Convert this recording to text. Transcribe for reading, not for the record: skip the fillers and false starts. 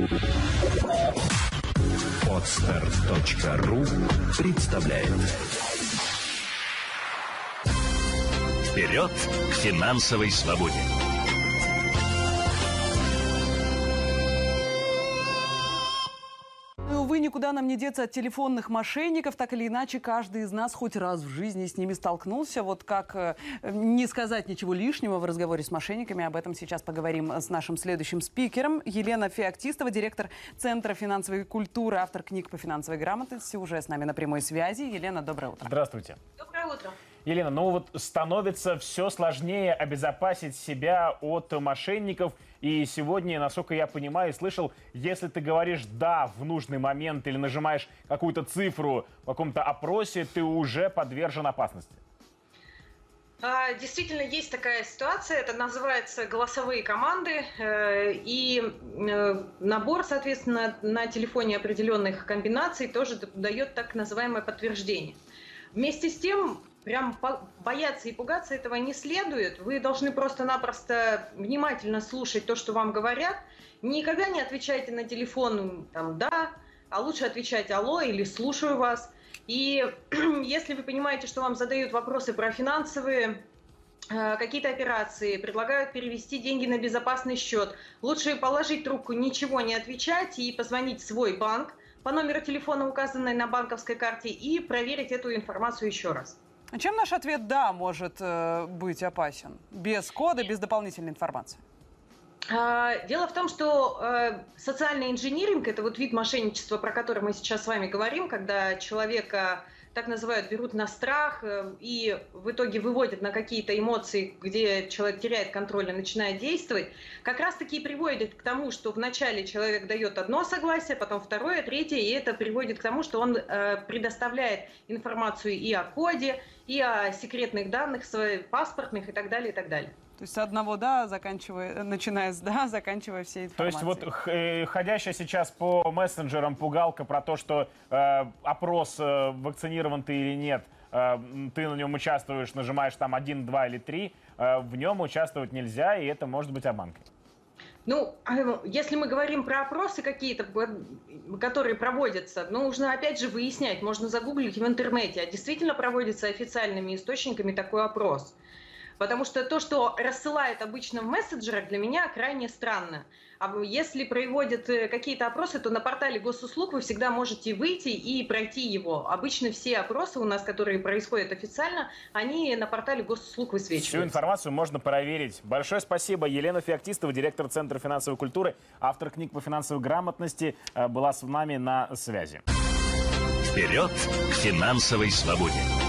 Podster.ru представляет. Вперед к финансовой свободе! Увы, никуда нам не деться от телефонных мошенников. Так или иначе, каждый из нас хоть раз в жизни с ними столкнулся. Вот как не сказать ничего лишнего в разговоре с мошенниками. Об этом сейчас поговорим с нашим следующим спикером. Елена Феоктистова, директор Центра финансовой культуры, автор книг по финансовой грамотности, уже с нами на прямой связи. Елена, доброе утро. Здравствуйте. Доброе утро. Елена, становится все сложнее обезопасить себя от мошенников. И сегодня, насколько я понимаю и слышал, если ты говоришь «да» в нужный момент или нажимаешь какую-то цифру в каком-то опросе, ты уже подвержен опасности. Действительно, есть такая ситуация, это называется голосовые команды, и набор, соответственно, на телефоне определенных комбинаций тоже дает так называемое подтверждение. Вместе с тем, прям бояться и пугаться этого не следует. Вы должны просто-напросто внимательно слушать то, что вам говорят. Никогда не отвечайте на телефон там «да», а лучше отвечать «алло» или «слушаю вас». И если вы понимаете, что вам задают вопросы про финансовые какие-то операции, предлагают перевести деньги на безопасный счет, лучше положить трубку, ничего не отвечать и позвонить в свой банк по номеру телефона, указанной на банковской карте, и проверить эту информацию еще раз. А чем наш ответ «да» может быть опасен? Без кода, без дополнительной информации? Дело в том, что социальный инжиниринг – это вот вид мошенничества, про который мы сейчас с вами говорим, когда человека, так называют, берут на страх и в итоге выводят на какие-то эмоции, где человек теряет контроль и начинает действовать, как раз-таки и приводит к тому, что вначале человек дает одно согласие, потом второе, третье, и это приводит к тому, что он предоставляет информацию и о коде, и о секретных данных, своих паспортных и так далее, и так далее. То есть с одного «да», начиная с «да», заканчивая всей информацией. То есть вот ходящая сейчас по мессенджерам пугалка про то, что опрос, вакцинирован ты или нет, ты на нем участвуешь, нажимаешь там 1, 2 или 3, в нем участвовать нельзя, и это может быть обманкой. Ну, если мы говорим про опросы какие-то, которые проводятся, нужно опять же выяснять, можно загуглить в интернете, а действительно проводится официальными источниками такой опрос. Потому что то, что рассылают обычно в мессенджерах, для меня крайне странно. А если проводят какие-то опросы, то на портале госуслуг вы всегда можете выйти и пройти его. Обычно все опросы у нас, которые происходят официально, они на портале госуслуг высвечиваются. Всю информацию можно проверить. Большое спасибо. Елена Феоктистова, директор Центра финансовой культуры, автор книг по финансовой грамотности, была с нами на связи. Вперед к финансовой свободе!